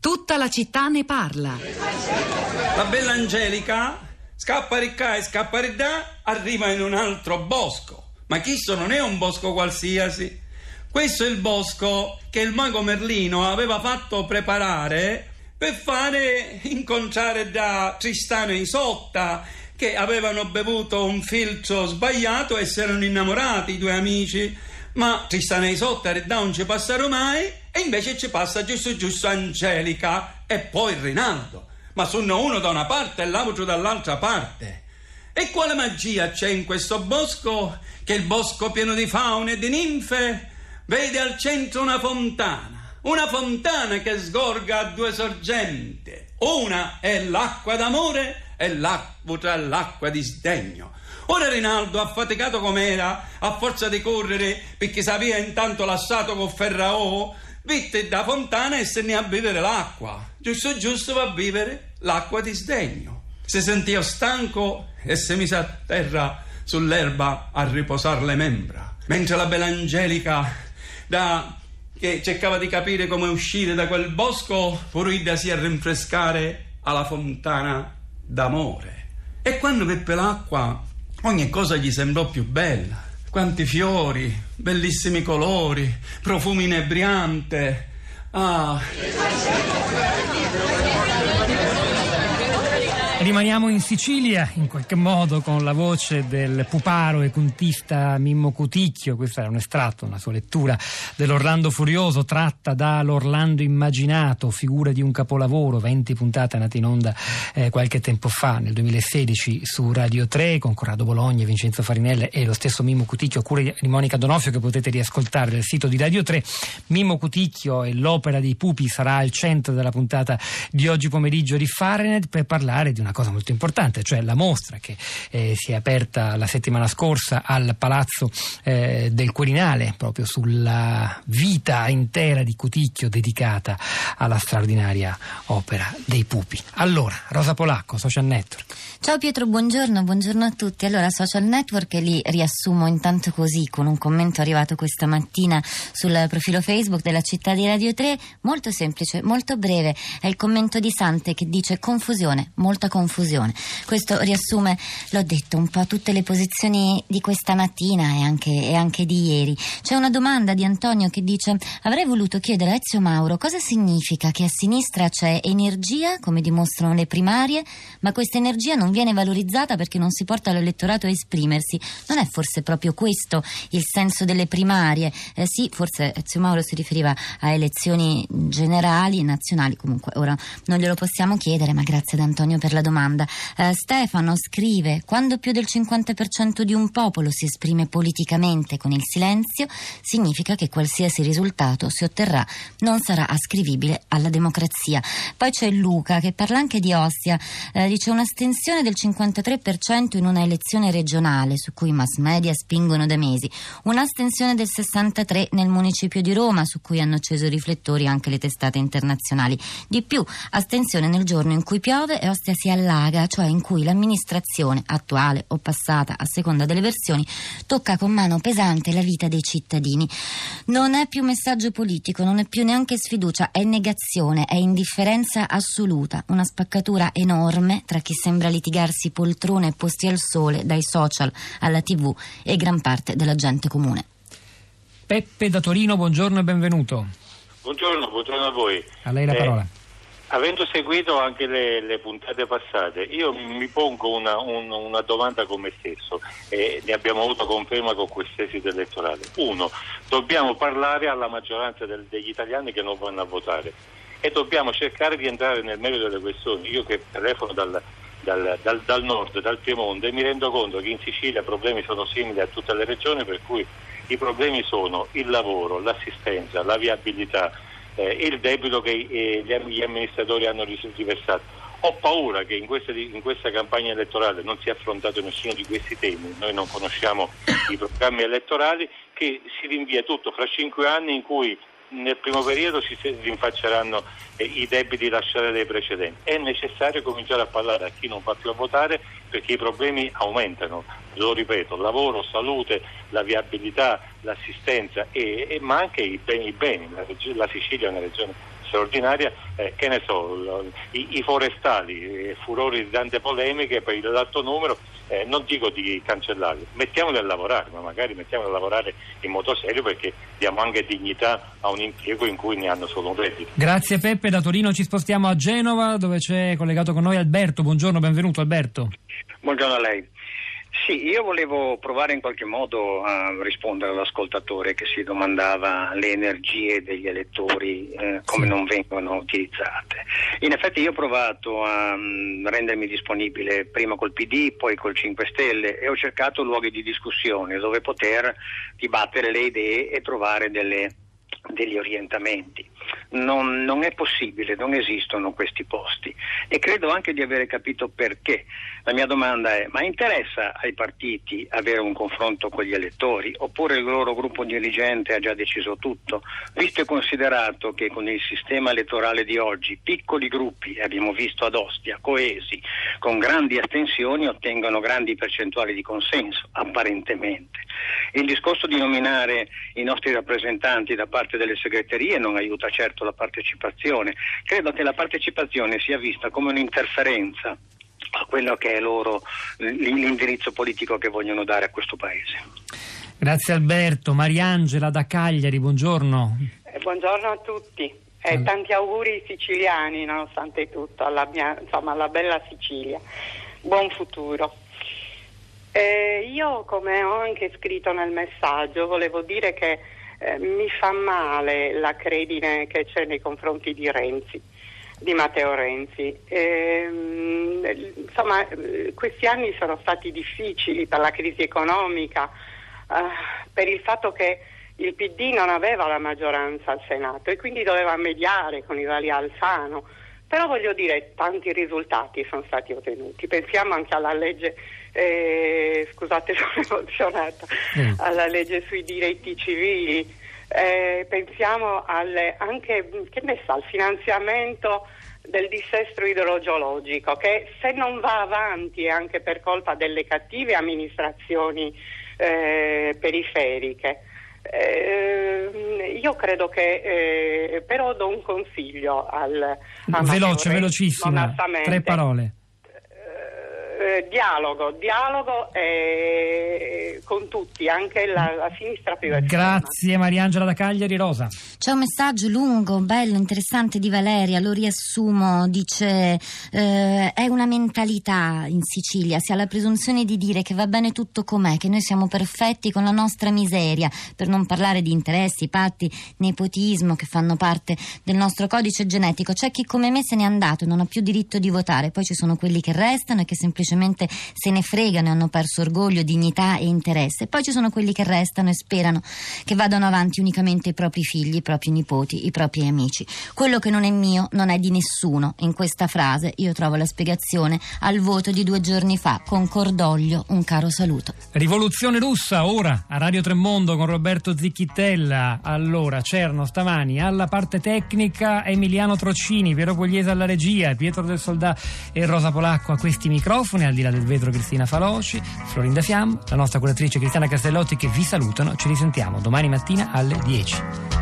Tutta la città ne parla. La bella Angelica scappa ricca e scappa ridà, arriva in un altro bosco. Ma questo non è un bosco qualsiasi. Questo è il bosco che il mago Merlino aveva fatto preparare per fare incontrare da Tristano e Isotta, che avevano bevuto un filtro sbagliato e si erano innamorati, i due amici. Ma Tristano e Isotta non ci passano mai, e invece ci passa giusto Angelica e poi Rinaldo. Ma sono uno da una parte e l'altro dall'altra parte. E quale magia c'è in questo bosco, che il bosco pieno di faune e di ninfe vede al centro una fontana che sgorga a due sorgenti. Una è l'acqua d'amore e l'altra l'acqua di sdegno. Ora Rinaldo, affaticato com'era, a forza di correre perché s'aveva intanto lasciato con Ferraò, vitte da fontana e se ne a bevere l'acqua. Giusto va a bevere l'acqua di sdegno. Si sentiva stanco e si mise a terra sull'erba a riposare le membra. Mentre la bella Angelica, che cercava di capire come uscire da quel bosco, furidasi a rinfrescare alla fontana d'amore. E quando beppe l'acqua, ogni cosa gli sembrò più bella. Quanti fiori, bellissimi colori, profumi inebriante. Rimaniamo in Sicilia, in qualche modo, con la voce del puparo e contista Mimmo Cuticchio. Questo era un estratto, una sua lettura dell'Orlando Furioso, tratta da L'Orlando Immaginato, figura di un capolavoro, 20 puntate nate in onda qualche tempo fa, nel 2016, su Radio 3, con Corrado Bologna, Vincenzo Farinella e lo stesso Mimmo Cuticchio, a cura di Monica Donofrio, che potete riascoltare dal sito di Radio 3. Mimmo Cuticchio e l'opera dei pupi sarà al centro della puntata di oggi pomeriggio di Fahrenheit, per parlare di una cosa molto importante, cioè la mostra che si è aperta la settimana scorsa al Palazzo del Quirinale, proprio sulla vita intera di Cuticchio dedicata alla straordinaria opera dei pupi. Allora, Rosa Polacco, Social Network. Ciao Pietro, buongiorno a tutti. Allora, Social Network li riassumo intanto così, con un commento arrivato questa mattina sul profilo Facebook della città di Radio 3, molto semplice, molto breve. È il commento di Sante che dice: confusione, molta confusione. Questo riassume, l'ho detto, un po' tutte le posizioni di questa mattina e anche di ieri. C'è una domanda di Antonio che dice: avrei voluto chiedere a Ezio Mauro cosa significa che a sinistra c'è energia, come dimostrano le primarie, ma questa energia non viene valorizzata perché non si porta l'elettorato a esprimersi. Non è forse proprio questo il senso delle primarie? Sì, forse Ezio Mauro si riferiva a elezioni generali, nazionali, comunque ora non glielo possiamo chiedere, ma grazie ad Antonio per la domanda. Stefano scrive: quando più del 50% di un popolo si esprime politicamente con il silenzio, significa che qualsiasi risultato si otterrà non sarà ascrivibile alla democrazia. Poi c'è Luca che parla anche di Ostia, dice: un'astensione del 53% in una elezione regionale su cui i mass media spingono da mesi, un'astensione del 63% nel municipio di Roma su cui hanno acceso i riflettori anche le testate internazionali. Di più, astensione nel giorno in cui piove e Ostia si allaga, cioè in cui l'amministrazione, attuale o passata a seconda delle versioni, tocca con mano pesante la vita dei cittadini. Non è più messaggio politico, non è più neanche sfiducia, è negazione, è indifferenza assoluta, una spaccatura enorme tra chi sembra litigarsi poltrone e posti al sole, dai social alla TV, e gran parte della gente comune. Peppe da Torino, buongiorno e benvenuto. Buongiorno a voi. A lei la parola. Avendo seguito anche le puntate passate, io mi pongo una domanda con me stesso, e ne abbiamo avuto conferma con questo esito elettorale. Uno, dobbiamo parlare alla maggioranza degli italiani che non vanno a votare e dobbiamo cercare di entrare nel merito delle questioni. Io che telefono dal nord, dal Piemonte, mi rendo conto che in Sicilia i problemi sono simili a tutte le regioni, per cui i problemi sono il lavoro, l'assistenza, la viabilità, il debito che gli amministratori hanno riversato. Ho paura che in questa campagna elettorale non sia affrontato nessuno di questi temi. Noi non conosciamo i programmi elettorali, che si rinvia tutto fra 5 anni, in cui nel primo periodo si rinfacceranno i debiti lasciati dai precedenti. È necessario cominciare a parlare a chi non va più a votare, perché i problemi aumentano. Lo ripeto: lavoro, salute, la viabilità, l'assistenza, ma anche i beni. La Sicilia è una regione straordinaria, che ne so, i forestali, furori di tante polemiche per l'alto numero, non dico di cancellarli, mettiamoli a lavorare, ma magari mettiamoli a lavorare in modo serio, perché diamo anche dignità a un impiego in cui ne hanno solo un reddito. Grazie Peppe, da Torino ci spostiamo a Genova, dove c'è collegato con noi Alberto. Buongiorno, benvenuto Alberto. Buongiorno a lei. Sì, io volevo provare in qualche modo a rispondere all'ascoltatore che si domandava le energie degli elettori come non vengono utilizzate. In effetti io ho provato a rendermi disponibile prima col PD, poi col 5 Stelle e ho cercato luoghi di discussione dove poter dibattere le idee e trovare degli orientamenti. Non è possibile, non esistono questi posti e credo anche di avere capito perché. La mia domanda è: ma interessa ai partiti avere un confronto con gli elettori oppure il loro gruppo dirigente ha già deciso tutto? Visto e considerato che con il sistema elettorale di oggi piccoli gruppi, abbiamo visto ad Ostia, coesi, con grandi astensioni ottengono grandi percentuali di consenso, apparentemente. Il discorso di nominare i nostri rappresentanti da parte delle segreterie non aiuta certo la partecipazione. Credo che la partecipazione sia vista come un'interferenza a quello che è l'indirizzo politico che vogliono dare a questo paese. Grazie Alberto. Mariangela da Cagliari, buongiorno. Buongiorno a tutti e tanti auguri siciliani nonostante tutto alla bella Sicilia. Buon futuro. Io, come ho anche scritto nel messaggio, volevo dire che mi fa male l'acredine che c'è nei confronti di Matteo Renzi. Questi anni sono stati difficili per la crisi economica, per il fatto che il PD non aveva la maggioranza al Senato e quindi doveva mediare con i vari Alfano. Però voglio dire, tanti risultati sono stati ottenuti. Pensiamo anche alla legge, scusate, sono emozionata, alla legge sui diritti civili, pensiamo anche, che ne sa, al finanziamento del dissesto idrogeologico, che se non va avanti è anche per colpa delle cattive amministrazioni periferiche. Io credo che però do un consiglio velocissima, 3 parole. Dialogo con tutti, anche la sinistra più estrema. Grazie Mariangela da Cagliari. Rosa. C'è un messaggio lungo, bello, interessante di Valeria, lo riassumo, dice è una mentalità in Sicilia, si ha la presunzione di dire che va bene tutto com'è, che noi siamo perfetti con la nostra miseria, per non parlare di interessi, patti, nepotismo che fanno parte del nostro codice genetico. C'è chi come me se n'è andato e non ha più diritto di votare, poi ci sono quelli che restano e che semplicemente se ne fregano e hanno perso orgoglio, dignità e interesse. Poi ci sono quelli che restano e sperano che vadano avanti unicamente i propri figli, i propri nipoti, i propri amici. Quello che non è mio non è di nessuno. In questa frase io trovo la spiegazione al voto di 2 giorni fa. Con cordoglio, un caro saluto. Rivoluzione russa, ora a Radio Tremondo con Roberto Zicchittella. Allora, Cerno stamani alla parte tecnica, Emiliano Trocini, Piero Pugliese alla regia, Pietro del Soldà e Rosa Polacco a questi microfoni, al di là del vetro Cristina Faloci, Florinda Fiamma, la nostra curatrice Cristiana Castellotti che vi salutano. Ci risentiamo domani mattina alle 10.